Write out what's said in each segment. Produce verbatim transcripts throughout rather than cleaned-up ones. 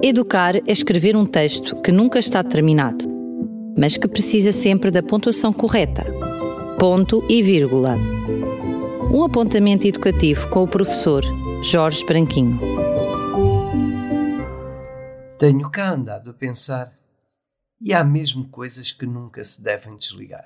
Educar é escrever um texto que nunca está terminado, mas que precisa sempre da pontuação correta. Ponto e vírgula. Um apontamento educativo com o professor Jorge Branquinho. Tenho cá andado a pensar, e há mesmo coisas que nunca se devem desligar.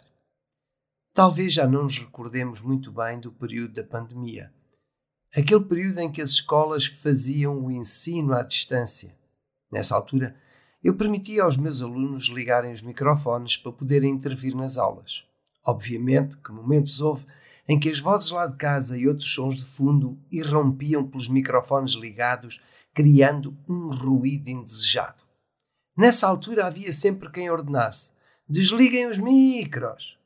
Talvez já não nos recordemos muito bem do período da pandemia, aquele período em que as escolas faziam o ensino à distância. Nessa altura, eu permitia aos meus alunos ligarem os microfones para poderem intervir nas aulas. Obviamente que momentos houve em que as vozes lá de casa e outros sons de fundo irrompiam pelos microfones ligados, criando um ruído indesejado. Nessa altura havia sempre quem ordenasse: desliguem os micros!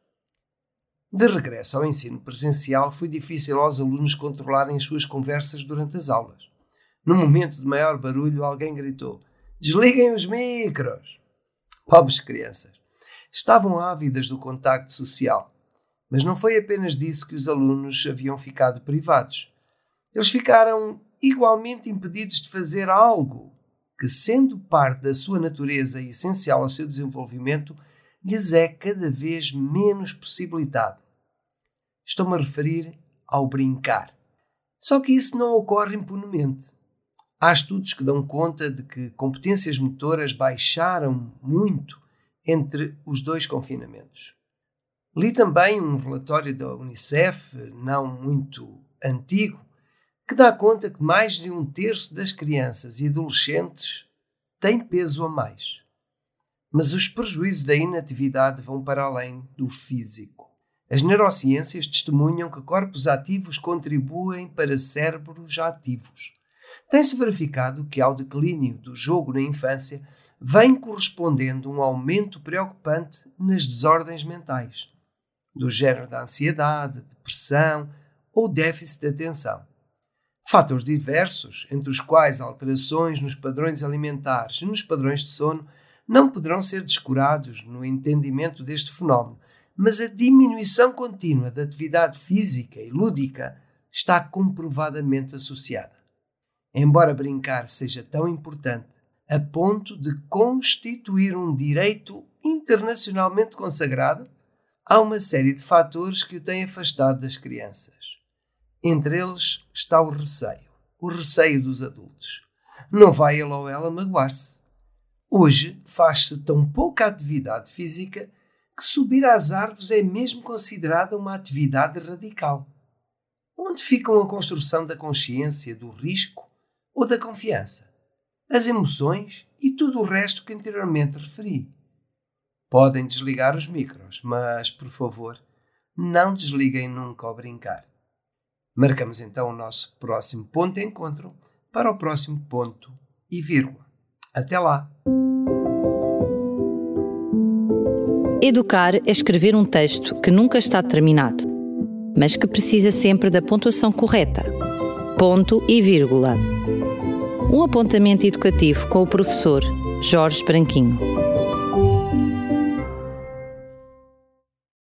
De regresso ao ensino presencial, foi difícil aos alunos controlarem as suas conversas durante as aulas. No momento de maior barulho, alguém gritou: desliguem os micros! Pobres crianças! Estavam ávidas do contacto social. Mas não foi apenas disso que os alunos haviam ficado privados. Eles ficaram igualmente impedidos de fazer algo que, sendo parte da sua natureza e essencial ao seu desenvolvimento, lhes é cada vez menos possibilitado. Estou-me a referir ao brincar. Só que isso não ocorre impunemente. Há estudos que dão conta de que competências motoras baixaram muito entre os dois confinamentos. Li também um relatório da Unicef, não muito antigo, que dá conta que mais de um terço das crianças e adolescentes tem peso a mais. Mas os prejuízos da inatividade vão para além do físico. As neurociências testemunham que corpos ativos contribuem para cérebros ativos. Tem-se verificado que ao declínio do jogo na infância vem correspondendo um aumento preocupante nas desordens mentais, do género da ansiedade, depressão ou déficit de atenção. Fatores diversos, entre os quais alterações nos padrões alimentares e nos padrões de sono, não poderão ser descurados no entendimento deste fenómeno, mas a diminuição contínua da atividade física e lúdica está comprovadamente associada. Embora brincar seja tão importante a ponto de constituir um direito internacionalmente consagrado, há uma série de fatores que o têm afastado das crianças. Entre eles está o receio, o receio dos adultos. Não vai ele ou ela magoar-se. Hoje faz-se tão pouca atividade física que subir às árvores é mesmo considerada uma atividade radical. Onde ficam a construção da consciência, do risco ou da confiança? As emoções e tudo o resto que anteriormente referi. Podem desligar os micros, mas, por favor, não desliguem nunca ao brincar. Marcamos então o nosso próximo ponto de encontro para o próximo ponto e vírgula. Até lá! Educar é escrever um texto que nunca está terminado, mas que precisa sempre da pontuação correta. Ponto e vírgula. Um apontamento educativo com o professor Jorge Branquinho.